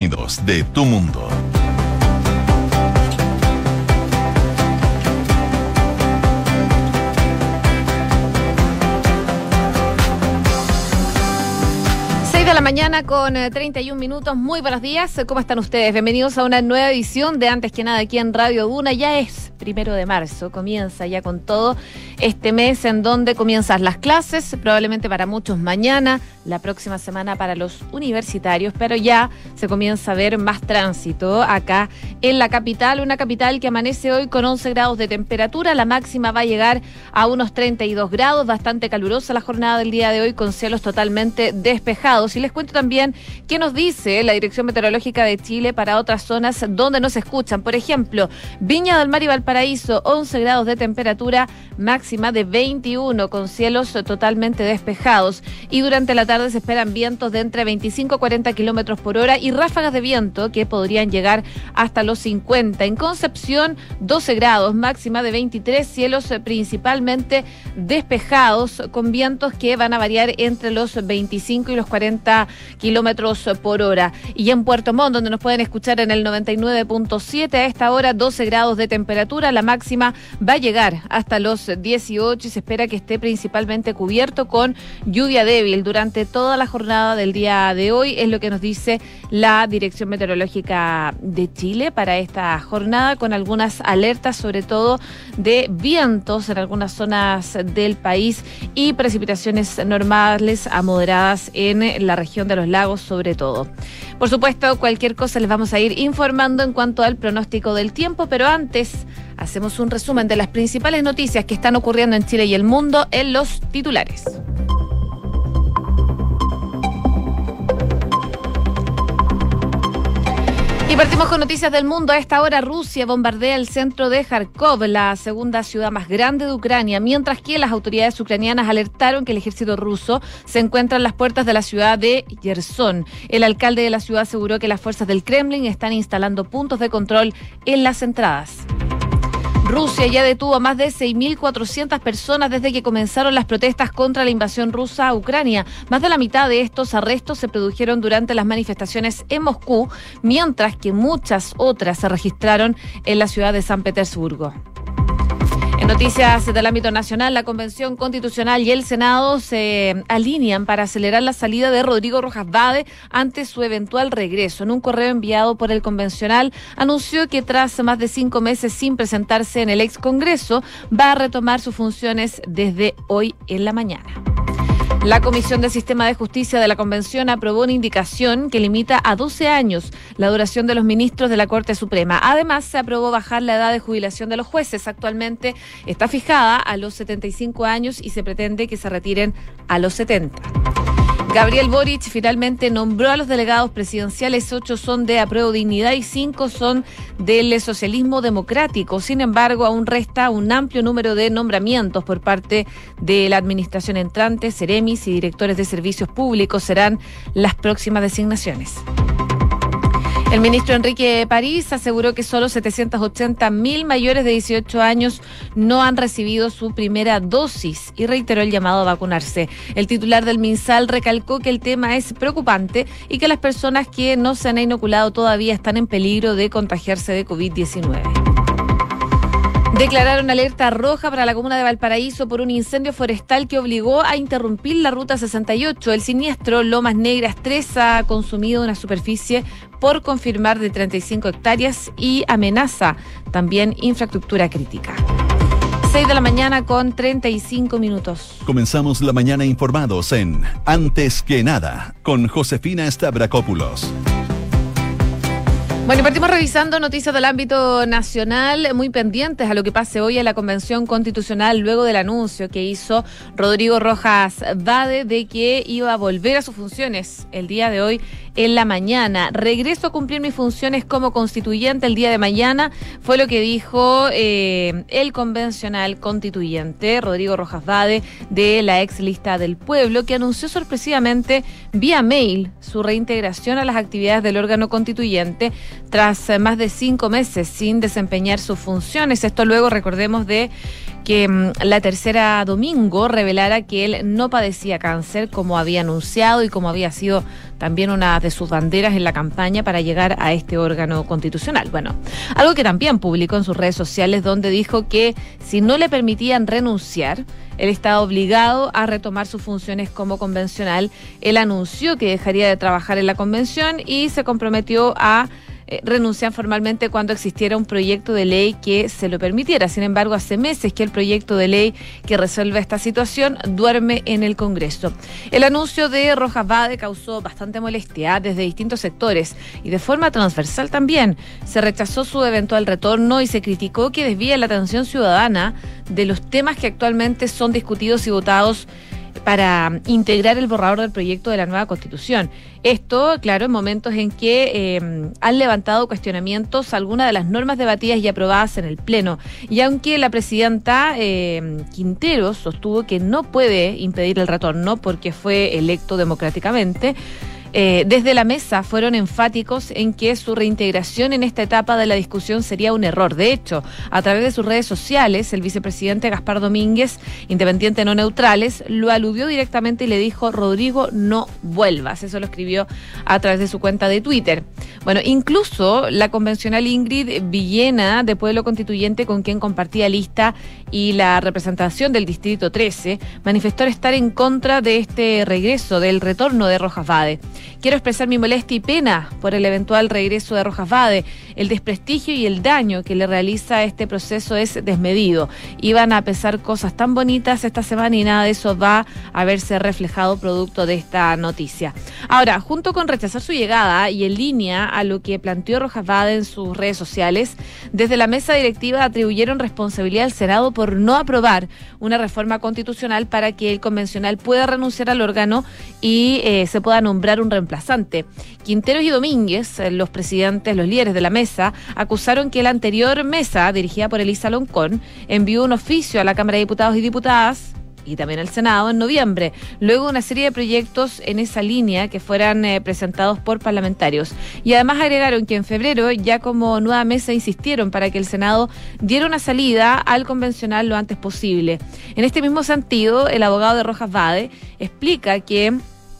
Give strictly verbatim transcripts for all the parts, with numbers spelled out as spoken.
sonidos de tu mundo. De la mañana con treinta y un minutos. Muy buenos días, ¿cómo están ustedes? Bienvenidos a una nueva edición de Antes que Nada aquí en Radio Duna. Ya es primero de marzo, comienza ya con todo este mes en donde comienzan las clases, probablemente para muchos mañana, la próxima semana para los universitarios, pero ya se comienza a ver más tránsito acá en la capital, una capital que amanece hoy con once grados de temperatura, la máxima va a llegar a unos treinta y dos grados, bastante calurosa la jornada del día de hoy con cielos totalmente despejados. Y les cuento también qué nos dice la Dirección Meteorológica de Chile para otras zonas donde nos escuchan. Por ejemplo, Viña del Mar y Valparaíso, once grados de temperatura, máxima de veintiuno, con cielos totalmente despejados. Y durante la tarde se esperan vientos de entre veinticinco a cuarenta kilómetros por hora y ráfagas de viento que podrían llegar hasta los cincuenta. En Concepción, doce grados, máxima de veintitrés, cielos principalmente despejados, con vientos que van a variar entre los veinticinco y los cuarenta kilómetros por hora. Y en Puerto Montt, donde nos pueden escuchar en el noventa y nueve punto siete, a esta hora doce grados de temperatura, la máxima va a llegar hasta los dieciocho y se espera que esté principalmente cubierto con lluvia débil durante toda la jornada del día de hoy, es lo que nos dice la Dirección Meteorológica de Chile para esta jornada, con algunas alertas sobre todo de vientos en algunas zonas del país y precipitaciones normales a moderadas en la región de los lagos sobre todo. Por supuesto, cualquier cosa les vamos a ir informando en cuanto al pronóstico del tiempo, pero antes hacemos un resumen de las principales noticias que están ocurriendo en Chile y el mundo en los titulares. Y partimos con noticias del mundo. A esta hora Rusia bombardea el centro de Kharkov, la segunda ciudad más grande de Ucrania, mientras que las autoridades ucranianas alertaron que el ejército ruso se encuentra en las puertas de la ciudad de Yersón. El alcalde de la ciudad aseguró que las fuerzas del Kremlin están instalando puntos de control en las entradas. Rusia ya detuvo a más de seis mil cuatrocientas personas desde que comenzaron las protestas contra la invasión rusa a Ucrania. Más de la mitad de estos arrestos se produjeron durante las manifestaciones en Moscú, mientras que muchas otras se registraron en la ciudad de San Petersburgo. En noticias del ámbito nacional, la Convención Constitucional y el Senado se alinean para acelerar la salida de Rodrigo Rojas Vade ante su eventual regreso. En un correo enviado por el convencional, anunció que tras más de cinco meses sin presentarse en el ex Congreso, va a retomar sus funciones desde hoy en la mañana. La Comisión del Sistema de Justicia de la Convención aprobó una indicación que limita a doce años la duración de los ministros de la Corte Suprema. Además, se aprobó bajar la edad de jubilación de los jueces. Actualmente está fijada a los setenta y cinco años y se pretende que se retiren a los setenta. Gabriel Boric finalmente nombró a los delegados presidenciales, ocho son de Apruebo Dignidad y cinco son del socialismo democrático. Sin embargo, aún resta un amplio número de nombramientos por parte de la administración entrante. Seremis y directores de servicios públicos serán las próximas designaciones. El ministro Enrique París aseguró que solo setecientos ochenta mil mayores de dieciocho años no han recibido su primera dosis y reiteró el llamado a vacunarse. El titular del MinSal recalcó que el tema es preocupante y que las personas que no se han inoculado todavía están en peligro de contagiarse de covid diecinueve. Declararon alerta roja para la comuna de Valparaíso por un incendio forestal que obligó a interrumpir la ruta sesenta y ocho. El siniestro Lomas Negras tres ha consumido una superficie por confirmar de treinta y cinco hectáreas y amenaza también infraestructura crítica. seis de la mañana con treinta y cinco minutos. Comenzamos la mañana informados en Antes que Nada con Josefina Stavrakopoulos. Bueno, y partimos revisando noticias del ámbito nacional, muy pendientes a lo que pase hoy en la Convención Constitucional luego del anuncio que hizo Rodrigo Rojas Vade de que iba a volver a sus funciones el día de hoy en la mañana. Regreso a cumplir mis funciones como constituyente el día de mañana, fue lo que dijo eh, el convencional constituyente Rodrigo Rojas Vade de la ex lista del pueblo, que anunció sorpresivamente vía mail su reintegración a las actividades del órgano constituyente tras más de cinco meses sin desempeñar sus funciones. Esto luego, recordemos, de que mmm, la tercera domingo revelara que él no padecía cáncer, como había anunciado y como había sido también una de sus banderas en la campaña para llegar a este órgano constitucional. Bueno, algo que también publicó en sus redes sociales, donde dijo que si no le permitían renunciar, él estaba obligado a retomar sus funciones como convencional. Él anunció que dejaría de trabajar en la convención y se comprometió a eh, renunciar formalmente cuando existiera un proyecto de ley que se lo permitiera. Sin embargo, hace meses que el proyecto de ley que resuelve esta situación duerme en el Congreso. El anuncio de Rojas Vade causó bastante molestia desde distintos sectores y de forma transversal también. Se rechazó su eventual retorno y se criticó que desvía la atención ciudadana de los temas que actualmente son discutidos y votados para integrar el borrador del proyecto de la nueva Constitución. Esto, claro, en momentos en que eh, han levantado cuestionamientos algunas de las normas debatidas y aprobadas en el Pleno. Y aunque la presidenta eh, Quintero sostuvo que no puede impedir el retorno porque fue electo democráticamente, Eh, desde la mesa fueron enfáticos en que su reintegración en esta etapa de la discusión sería un error. De hecho, a través de sus redes sociales, el vicepresidente Gaspar Domínguez, independiente no neutrales, lo aludió directamente y le dijo: Rodrigo, no vuelvas. Eso lo escribió a través de su cuenta de Twitter. Bueno, incluso la convencional Ingrid Villena, de Pueblo Constituyente, con quien compartía lista y la representación del Distrito trece, manifestó estar en contra de este regreso, del retorno de Rojas Vade. Quiero expresar mi molestia y pena por el eventual regreso de Rojas Vade. El desprestigio y el daño que le realiza este proceso es desmedido. Iban a pesar cosas tan bonitas esta semana y nada de eso va a verse reflejado producto de esta noticia. Ahora, junto con rechazar su llegada y en línea a lo que planteó Rojas Vade en sus redes sociales, desde la mesa directiva atribuyeron responsabilidad al Senado por no aprobar una reforma constitucional para que el convencional pueda renunciar al órgano y eh, se pueda nombrar un reemplazante. Quinteros y Domínguez, los presidentes, los líderes de la mesa, acusaron que la anterior mesa, dirigida por Elisa Loncón, envió un oficio a la Cámara de Diputados y Diputadas y también al Senado en noviembre, luego una serie de proyectos en esa línea que fueran eh, presentados por parlamentarios. Y además agregaron que en febrero, ya como nueva mesa, insistieron para que el Senado diera una salida al convencional lo antes posible. En este mismo sentido, el abogado de Rojas Vade explica que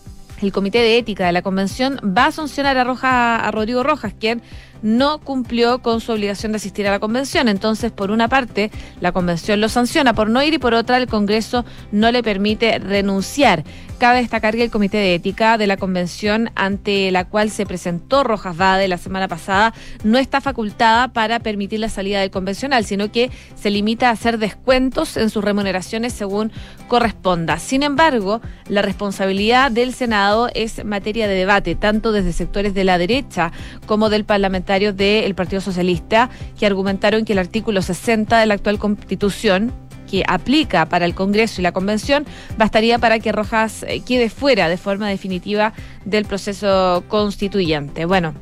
el Comité de Ética de la Convención va a sancionar a, Roja, a Rodrigo Rojas, quien no cumplió con su obligación de asistir a la convención. Entonces, por una parte, la convención lo sanciona por no ir y por otra, el Congreso no le permite renunciar. Cabe destacar que el Comité de Ética de la convención ante la cual se presentó Rojas Vade la semana pasada no está facultada para permitir la salida del convencional, sino que se limita a hacer descuentos en sus remuneraciones según corresponda. Sin embargo, la responsabilidad del Senado es materia de debate, tanto desde sectores de la derecha como del parlamentario del Partido Socialista, que argumentaron que el artículo sesenta de la actual Constitución, que aplica para el Congreso y la Convención, bastaría para que Rojas quede fuera de forma definitiva del proceso constituyente. Bueno,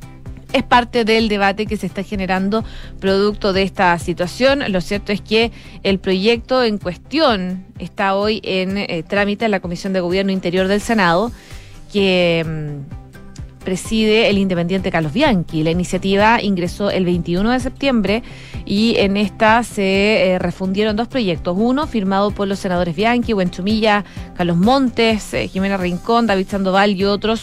es parte del debate que se está generando producto de esta situación. Lo cierto es que el proyecto en cuestión está hoy en eh, trámite en la Comisión de Gobierno Interior del Senado, que mmm, preside el independiente Carlos Bianchi. La iniciativa ingresó el veintiuno de septiembre y en esta se eh, refundieron dos proyectos. Uno firmado por los senadores Bianchi, Buenchumilla, Carlos Montes, eh, Jimena Rincón, David Sandoval y otros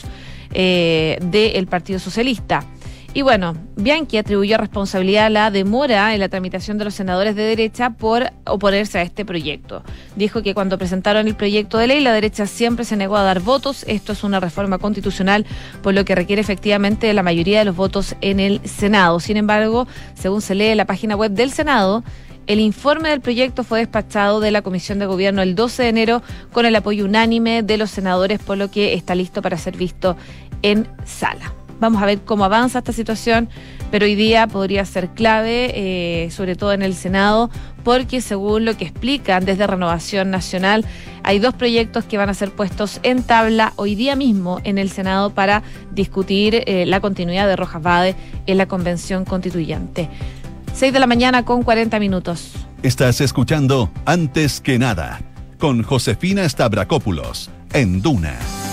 eh, del Partido Socialista. Y bueno, Bianchi atribuyó responsabilidad a la demora en la tramitación de los senadores de derecha por oponerse a este proyecto. Dijo que cuando presentaron el proyecto de ley, la derecha siempre se negó a dar votos. Esto es una reforma constitucional, por lo que requiere efectivamente la mayoría de los votos en el Senado. Sin embargo, según se lee en la página web del Senado, el informe del proyecto fue despachado de la Comisión de Gobierno el doce de enero con el apoyo unánime de los senadores, por lo que está listo para ser visto en sala. Vamos a ver cómo avanza esta situación, pero hoy día podría ser clave, eh, sobre todo en el Senado, porque según lo que explican desde Renovación Nacional, hay dos proyectos que van a ser puestos en tabla hoy día mismo en el Senado para discutir eh, la continuidad de Rojas Vade en la Convención Constituyente. seis de la mañana con cuarenta minutos. Estás escuchando Antes que Nada, con Josefina Stavrakopoulos, en Duna.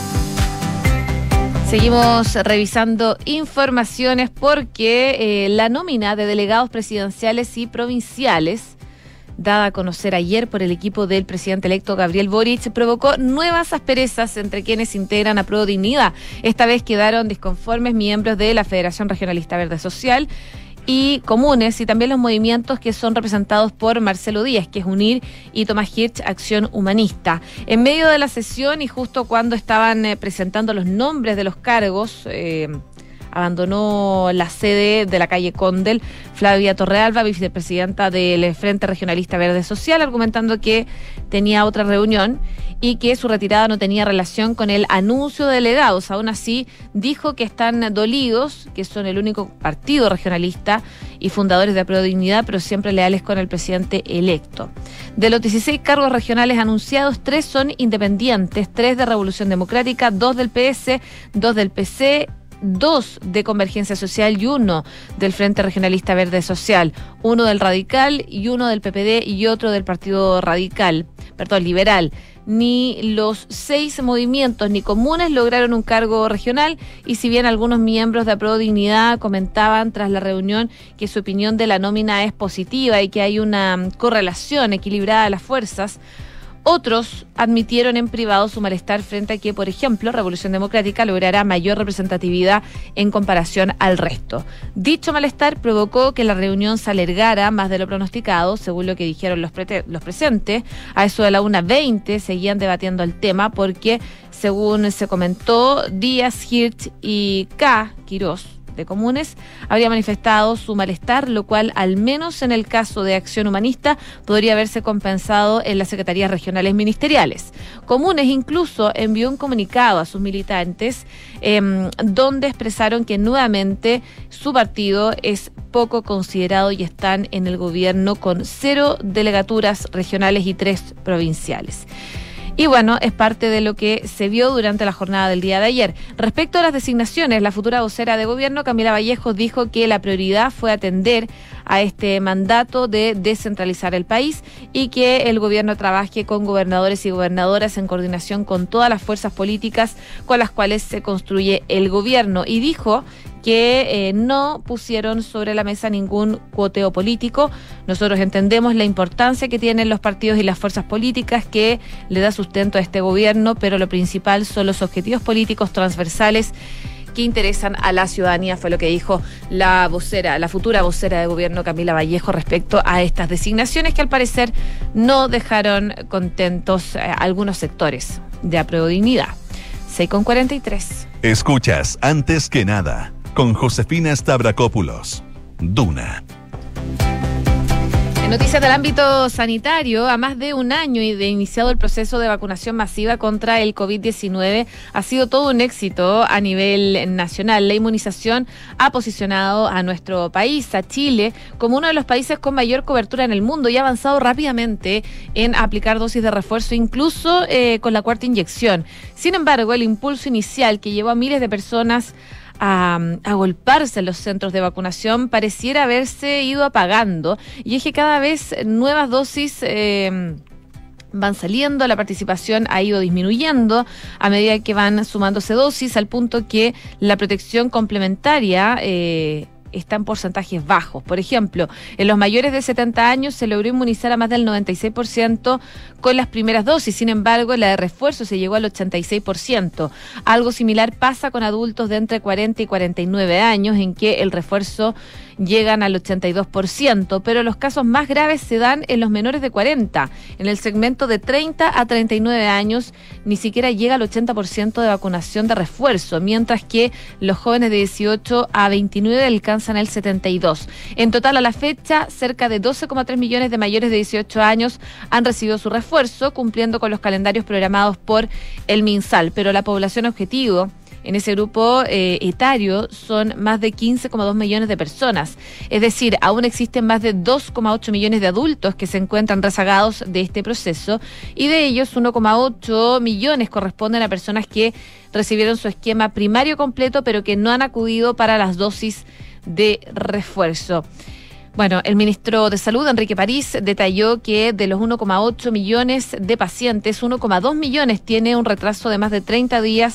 Seguimos revisando informaciones porque eh, la nómina de delegados presidenciales y provinciales dada a conocer ayer por el equipo del presidente electo Gabriel Boric, provocó nuevas asperezas entre quienes integran a Pro Dignidad. Esta vez quedaron disconformes miembros de la Federación Regionalista Verde Social y Comunes, y también los movimientos que son representados por Marcelo Díaz, que es UNIR, y Tomás Hirsch, Acción Humanista. En medio de la sesión y justo cuando estaban eh, presentando los nombres de los cargos, eh, abandonó la sede de la calle Condel Flavia Torrealba, vicepresidenta del Frente Regionalista Verde Social, argumentando que tenía otra reunión y que su retirada no tenía relación con el anuncio de delegados. Aún así, dijo que están dolidos, que son el único partido regionalista y fundadores de Prodignidad, pero siempre leales con el presidente electo. De los dieciséis cargos regionales anunciados, tres son independientes, tres de Revolución Democrática, dos del P S, dos del P C, dos de Convergencia Social y uno del Frente Regionalista Verde Social, uno del Radical y uno del P P D y otro del Partido Radical, perdón, Liberal. Ni los seis movimientos ni comunes lograron un cargo regional, y si bien algunos miembros de Apro Dignidad comentaban tras la reunión que su opinión de la nómina es positiva y que hay una correlación equilibrada de las fuerzas, otros admitieron en privado su malestar frente a que, por ejemplo, Revolución Democrática logrará mayor representatividad en comparación al resto. Dicho malestar provocó que la reunión se alargara más de lo pronosticado, según lo que dijeron los, pre- los presentes. A eso de la una veinte seguían debatiendo el tema porque, según se comentó, Díaz, Hirsch y K. Quirós, de Comunes, habría manifestado su malestar, lo cual, al menos en el caso de Acción Humanista, podría haberse compensado en las secretarías regionales ministeriales. Comunes incluso envió un comunicado a sus militantes eh, donde expresaron que nuevamente su partido es poco considerado y están en el gobierno con cero delegaturas regionales y tres provinciales. Y bueno, es parte de lo que se vio durante la jornada del día de ayer. Respecto a las designaciones, la futura vocera de gobierno, Camila Vallejos, dijo que la prioridad fue atender a este mandato de descentralizar el país y que el gobierno trabaje con gobernadores y gobernadoras en coordinación con todas las fuerzas políticas con las cuales se construye el gobierno. Y dijo que eh, no pusieron sobre la mesa ningún cuoteo político. Nosotros entendemos la importancia que tienen los partidos y las fuerzas políticas que le da sustento a este gobierno, pero lo principal son los objetivos políticos transversales que interesan a la ciudadanía, fue lo que dijo la vocera, la futura vocera de gobierno, Camila Vallejo, respecto a estas designaciones que al parecer no dejaron contentos eh, algunos sectores de Apruebo Dignidad. seis con cuarenta y tres. Escuchas Antes que Nada con Josefina Stavrakopoulos. Duna. En noticias del ámbito sanitario, a más de un año y de iniciado el proceso de vacunación masiva contra el COVID diecinueve, ha sido todo un éxito a nivel nacional. La inmunización ha posicionado a nuestro país, a Chile, como uno de los países con mayor cobertura en el mundo y ha avanzado rápidamente en aplicar dosis de refuerzo, incluso eh, con la cuarta inyección. Sin embargo, el impulso inicial que llevó a miles de personas A, a agolparse en los centros de vacunación pareciera haberse ido apagando, y es que cada vez nuevas dosis eh, van saliendo, la participación ha ido disminuyendo a medida que van sumándose dosis, al punto que la protección complementaria eh, está en porcentajes bajos. Por ejemplo, en los mayores de setenta años se logró inmunizar a más del noventa y seis por ciento con las primeras dosis. Sin embargo, la de refuerzo se llegó al ochenta y seis por ciento. Algo similar pasa con adultos de entre cuarenta y cuarenta y nueve años, en que el refuerzo llegan al ochenta y dos por ciento, pero los casos más graves se dan en los menores de cuarenta. En el segmento de treinta a treinta y nueve años ni siquiera llega al ochenta por ciento de vacunación de refuerzo, mientras que los jóvenes de dieciocho a veintinueve alcanzan el setenta y dos por ciento. En total, a la fecha, cerca de doce coma tres millones de mayores de dieciocho años han recibido su refuerzo, cumpliendo con los calendarios programados por el MinSal, pero la población objetivo en ese grupo eh, etario son más de quince coma dos millones de personas. Es decir, aún existen más de dos coma ocho millones de adultos que se encuentran rezagados de este proceso, y de ellos uno coma ocho millones corresponden a personas que recibieron su esquema primario completo, pero que no han acudido para las dosis de refuerzo. Bueno, el ministro de Salud, Enrique París, detalló que de los uno coma ocho millones de pacientes, uno coma dos millones tiene un retraso de más de treinta días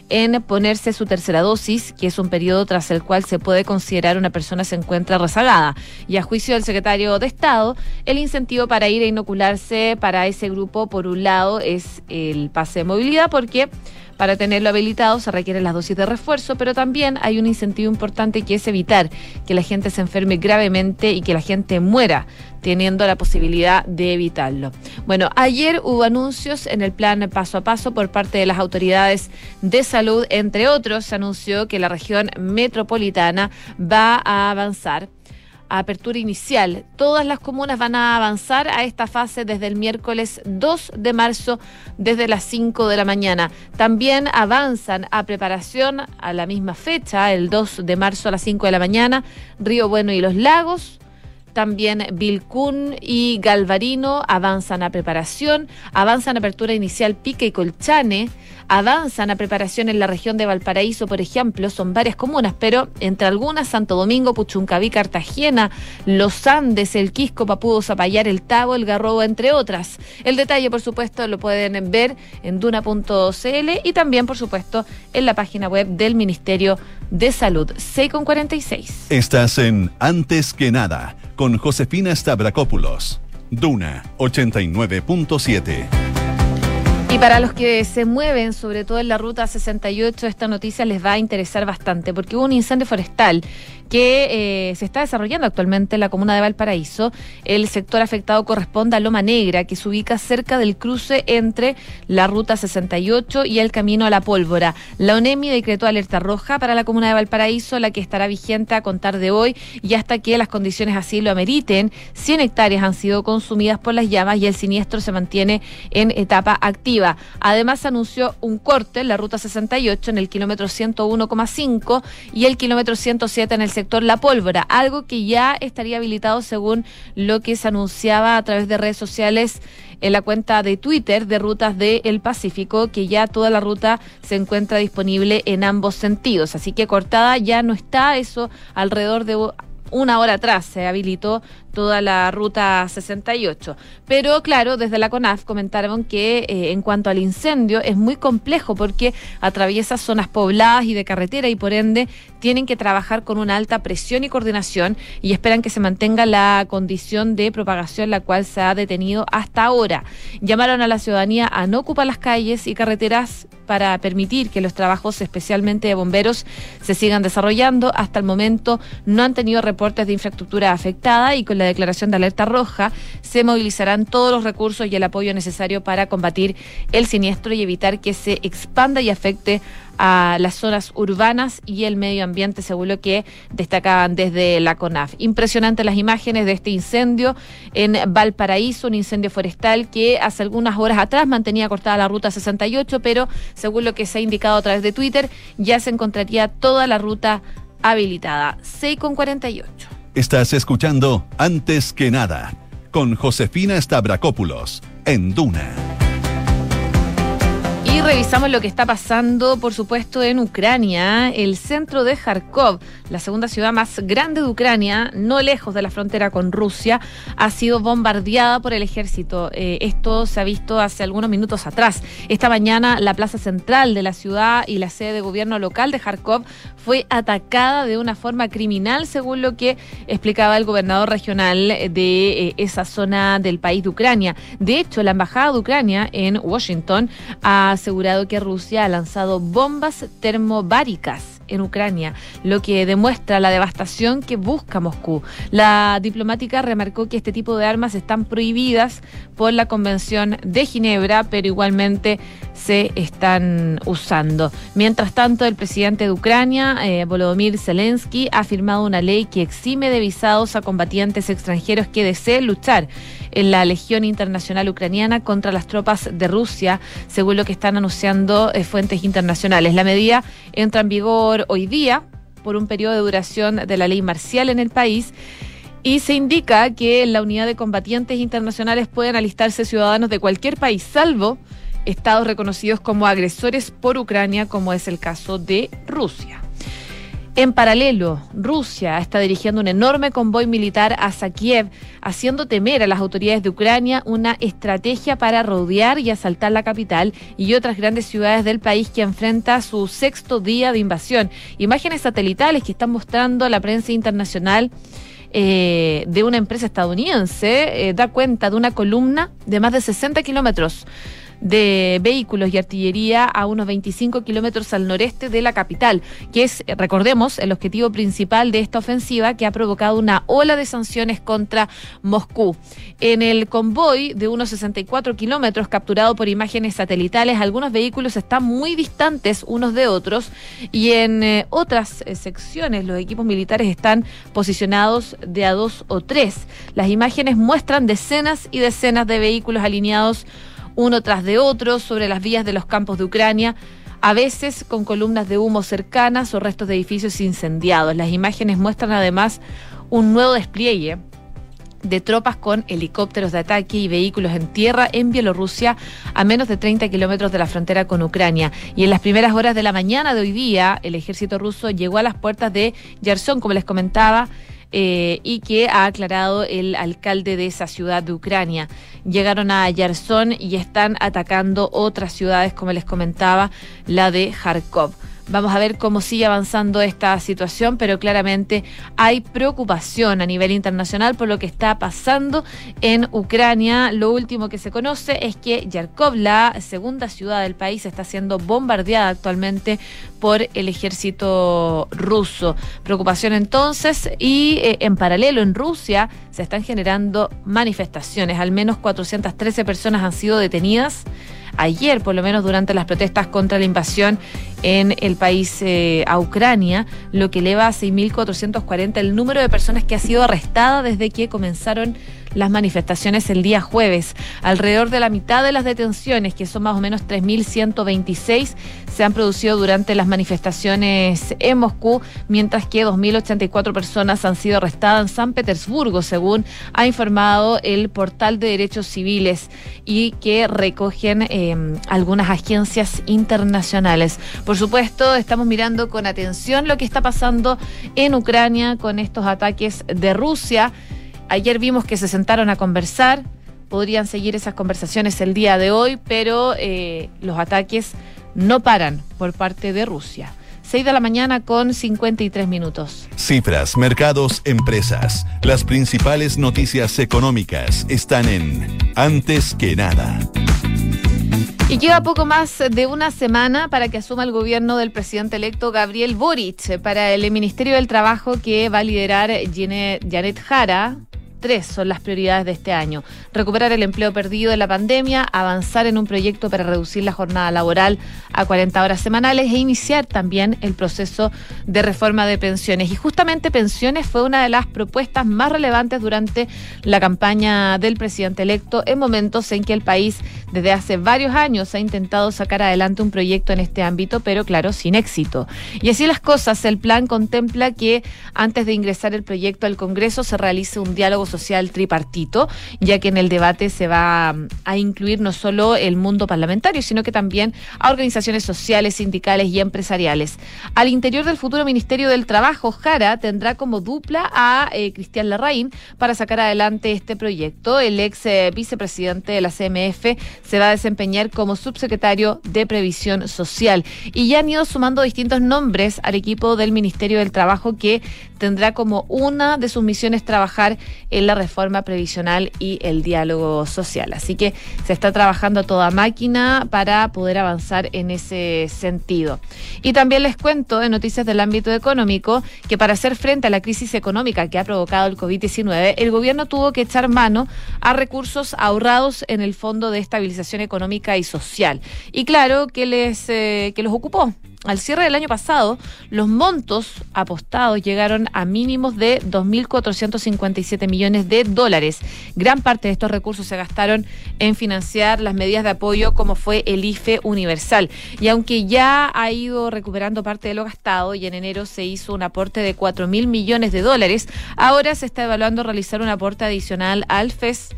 en ponerse su tercera dosis, que es un periodo tras el cual se puede considerar una persona se encuentra rezagada. Y a juicio del secretario de Estado, el incentivo para ir a inocularse para ese grupo, por un lado, es el pase de movilidad, porque para tenerlo habilitado se requieren las dosis de refuerzo, pero también hay un incentivo importante que es evitar que la gente se enferme gravemente y que la gente muera, teniendo la posibilidad de evitarlo. Bueno, ayer hubo anuncios en el plan paso a paso por parte de las autoridades de salud. Entre otros, se anunció que la región metropolitana va a avanzar a apertura inicial. Todas las comunas van a avanzar a esta fase desde el miércoles dos de marzo, desde las cinco de la mañana. También avanzan a preparación a la misma fecha, el dos de marzo a las cinco de la mañana, Río Bueno y Los Lagos. También Vilcún y Galvarino avanzan a preparación, avanzan a apertura inicial Pique y Colchane, avanzan a preparación en la región de Valparaíso, por ejemplo, son varias comunas, pero entre algunas Santo Domingo, Puchuncaví, Cartagena, Los Andes, El Quisco, Papudo, Zapallar, El Tabo, El Garrobo, entre otras. El detalle, por supuesto, lo pueden ver en duna punto c l y también, por supuesto, en la página web del Ministerio de Salud. seis con cuarenta y seis. Estás en Antes que Nada, con Josefina Stavrakopoulos. Duna ochenta y nueve punto siete. Y para los que se mueven, sobre todo en la ruta sesenta y ocho, esta noticia les va a interesar bastante, porque hubo un incendio forestal que eh, se está desarrollando actualmente en la comuna de Valparaíso. El sector afectado corresponde a Loma Negra, que se ubica cerca del cruce entre la ruta sesenta y ocho y el camino a la Pólvora. La ONEMI decretó alerta roja para la comuna de Valparaíso, la que estará vigente a contar de hoy y hasta que las condiciones así lo ameriten. cien hectáreas han sido consumidas por las llamas y el siniestro se mantiene en etapa activa. Además, anunció un corte en la ruta sesenta y ocho en el kilómetro ciento uno coma cinco y el kilómetro ciento siete en el sector La Pólvora, algo que ya estaría habilitado según lo que se anunciaba a través de redes sociales en la cuenta de Twitter de Rutas del Pacífico, que ya toda la ruta se encuentra disponible en ambos sentidos. Así que cortada ya no está, eso alrededor de una hora atrás se habilitó toda la ruta sesenta y ocho. Pero claro, desde la CONAF comentaron que eh, en cuanto al incendio es muy complejo porque atraviesa zonas pobladas y de carretera y por ende tienen que trabajar con una alta presión y coordinación y esperan que se mantenga la condición de propagación la cual se ha detenido hasta ahora. Llamaron a la ciudadanía a no ocupar las calles y carreteras para permitir que los trabajos, especialmente de bomberos, se sigan desarrollando. Hasta el momento no han tenido reportes de infraestructura afectada y con la declaración de alerta roja se movilizarán todos los recursos y el apoyo necesario para combatir el siniestro y evitar que se expanda y afecte a las zonas urbanas y el medio ambiente, según lo que destacaban desde la CONAF. Impresionantes las imágenes de este incendio en Valparaíso, un incendio forestal que hace algunas horas atrás mantenía cortada la ruta sesenta y ocho, pero según lo que se ha indicado a través de Twitter, ya se encontraría toda la ruta habilitada. seis con cuarenta y ocho. Estás escuchando Antes que Nada, con Josefina Stavrakopoulos, en Duna. Y revisamos lo que está pasando, por supuesto, en Ucrania. El centro de Kharkov, la segunda ciudad más grande de Ucrania, no lejos de la frontera con Rusia, ha sido bombardeada por el ejército. Eh, esto se ha visto hace algunos minutos atrás. Esta mañana, la plaza central de la ciudad y la sede de gobierno local de Kharkov fue atacada de una forma criminal, según lo que explicaba el gobernador regional de eh, esa zona del país de Ucrania. De hecho, la embajada de Ucrania en Washington ha asegurado que Rusia ha lanzado bombas termobáricas en Ucrania, lo que demuestra la devastación que busca Moscú. La diplomática remarcó que este tipo de armas están prohibidas por la Convención de Ginebra, pero igualmente se están usando. Mientras tanto, el presidente de Ucrania, eh, Volodymyr Zelensky, ha firmado una ley que exime de visados a combatientes extranjeros que deseen luchar en la Legión Internacional Ucraniana contra las tropas de Rusia, según lo que están anunciando eh, fuentes internacionales. La medida entra en vigor hoy día por un periodo de duración de la ley marcial en el país y se indica que en la unidad de combatientes internacionales pueden alistarse ciudadanos de cualquier país, salvo estados reconocidos como agresores por Ucrania, como es el caso de Rusia. En paralelo, Rusia está dirigiendo un enorme convoy militar hacia Kiev, haciendo temer a las autoridades de Ucrania una estrategia para rodear y asaltar la capital y otras grandes ciudades del país que enfrenta su sexto día de invasión. Imágenes satelitales que están mostrando a la prensa internacional eh, de una empresa estadounidense eh, da cuenta de una columna de más de sesenta kilómetros de vehículos y artillería a unos veinticinco kilómetros al noreste de la capital, que es, recordemos, el objetivo principal de esta ofensiva que ha provocado una ola de sanciones contra Moscú. En el convoy de unos sesenta y cuatro kilómetros capturado por imágenes satelitales, algunos vehículos están muy distantes unos de otros y en eh, otras eh, secciones los equipos militares están posicionados de a dos o tres. Las imágenes muestran decenas y decenas de vehículos alineados uno tras de otro sobre las vías de los campos de Ucrania, a veces con columnas de humo cercanas o restos de edificios incendiados. Las imágenes muestran además un nuevo despliegue de tropas con helicópteros de ataque y vehículos en tierra en Bielorrusia, a menos de treinta kilómetros de la frontera con Ucrania. Y en las primeras horas de la mañana de hoy día, el ejército ruso llegó a las puertas de Yersón, como les comentaba, Eh, y que ha aclarado el alcalde de esa ciudad de Ucrania. Llegaron a Yersón y están atacando otras ciudades, como les comentaba, la de Kharkov. Vamos a ver cómo sigue avanzando esta situación, pero claramente hay preocupación a nivel internacional por lo que está pasando en Ucrania. Lo último que se conoce es que Kharkov, la segunda ciudad del país, está siendo bombardeada actualmente por el ejército ruso. Preocupación entonces, y eh, en paralelo en Rusia se están generando manifestaciones. Al menos cuatrocientas trece personas han sido detenidas ayer, por lo menos durante las protestas contra la invasión en el país eh, a Ucrania, lo que eleva a seis mil cuatrocientos cuarenta el número de personas que ha sido arrestada desde que comenzaron las manifestaciones el día jueves. Alrededor de la mitad de las detenciones, que son más o menos tres mil ciento veintiséis, se han producido durante las manifestaciones en Moscú, mientras que dos mil ochenta y cuatro personas han sido arrestadas en San Petersburgo, según ha informado el portal de derechos civiles, y que recogen eh, algunas agencias internacionales. Por supuesto, estamos mirando con atención lo que está pasando en Ucrania con estos ataques de Rusia. Ayer vimos que se sentaron a conversar, podrían seguir esas conversaciones el día de hoy, pero eh, los ataques no paran por parte de Rusia. seis de la mañana con cincuenta y tres minutos. Cifras, mercados, empresas. Las principales noticias económicas están en Antes que Nada. Y queda poco más de una semana para que asuma el gobierno del presidente electo Gabriel Boric. Para el Ministerio del Trabajo, que va a liderar Janet Jara, tres son las prioridades de este año: recuperar el empleo perdido en la pandemia, avanzar en un proyecto para reducir la jornada laboral a cuarenta horas semanales e iniciar también el proceso de reforma de pensiones. Y justamente pensiones fue una de las propuestas más relevantes durante la campaña del presidente electo, en momentos en que el país desde hace varios años ha intentado sacar adelante un proyecto en este ámbito, pero claro, sin éxito. Y así las cosas, el plan contempla que antes de ingresar el proyecto al Congreso se realice un diálogo social tripartito, ya que en el debate se va a incluir no solo el mundo parlamentario, sino que también a organizaciones sociales, sindicales y empresariales. Al interior del futuro Ministerio del Trabajo, Jara tendrá como dupla a eh, Cristian Larraín para sacar adelante este proyecto. El ex eh, vicepresidente de la C M F se va a desempeñar como subsecretario de Previsión Social. Y ya han ido sumando distintos nombres al equipo del Ministerio del Trabajo, que tendrá como una de sus misiones trabajar en la reforma previsional y el diálogo social. Así que se está trabajando a toda máquina para poder avanzar en ese sentido. Y también les cuento en noticias del ámbito económico que para hacer frente a la crisis económica que ha provocado el covid diecinueve, el gobierno tuvo que echar mano a recursos ahorrados en el Fondo de Estabilización Económica y Social. Y claro que les eh, que los ocupó. Al cierre del año pasado, los montos apostados llegaron a mínimos de dos mil cuatrocientos cincuenta y siete millones de dólares. Gran parte de estos recursos se gastaron en financiar las medidas de apoyo, como fue el I F E universal. Y aunque ya ha ido recuperando parte de lo gastado y en enero se hizo un aporte de cuatro mil millones de dólares, ahora se está evaluando realizar un aporte adicional al F E S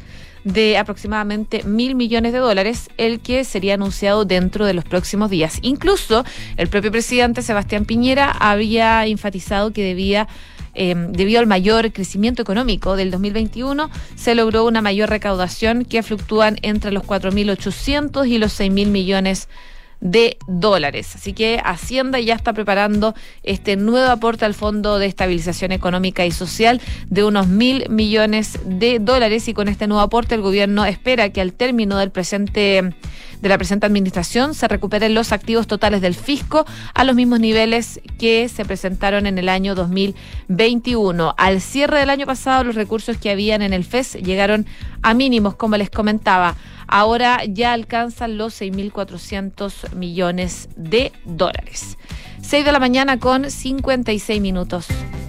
de aproximadamente mil millones de dólares, el que sería anunciado dentro de los próximos días. Incluso el propio presidente Sebastián Piñera había enfatizado que debía Eh, debido al mayor crecimiento económico del dos mil veintiuno, se logró una mayor recaudación que fluctúan entre los cuatro mil ochocientos y los seis mil millones de dólares. Así que Hacienda ya está preparando este nuevo aporte al Fondo de Estabilización Económica y Social de unos mil millones de dólares, y con este nuevo aporte el gobierno espera que al término del presente de la presente administración se recuperen los activos totales del fisco a los mismos niveles que se presentaron en el año dos mil veintiuno. Al cierre del año pasado, los recursos que habían en el F E S llegaron a mínimos, como les comentaba. Ahora ya alcanzan los seis mil cuatrocientos millones de dólares. seis de la mañana con cincuenta y seis minutos.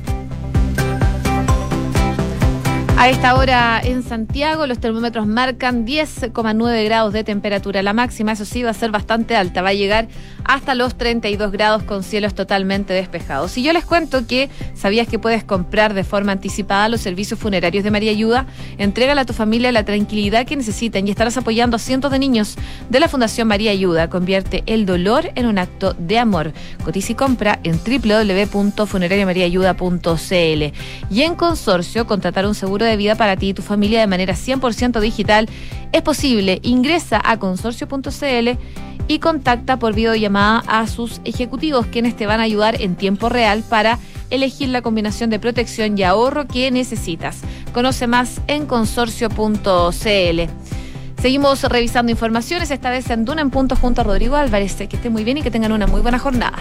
A esta hora en Santiago los termómetros marcan diez coma nueve grados de temperatura. La máxima, eso sí, va a ser bastante alta, va a llegar hasta los treinta y dos grados con cielos totalmente despejados. Y yo les cuento que, ¿sabías que puedes comprar de forma anticipada los servicios funerarios de María Ayuda? Entrégale a tu familia la tranquilidad que necesitan y estarás apoyando a cientos de niños de la Fundación María Ayuda. Convierte el dolor en un acto de amor. Cotiza y compra en doble u doble u doble u punto funeraria maría ayuda punto c l. Y en Consorcio, contratar un seguro de vida para ti y tu familia de manera cien por ciento digital es posible. Ingresa a consorcio punto c l y contacta por videollamada a sus ejecutivos, quienes te van a ayudar en tiempo real para elegir la combinación de protección y ahorro que necesitas. Conoce más en consorcio punto c l. Seguimos revisando informaciones, esta vez en Duna en Punto junto a Rodrigo Álvarez. Que estén muy bien y que tengan una muy buena jornada.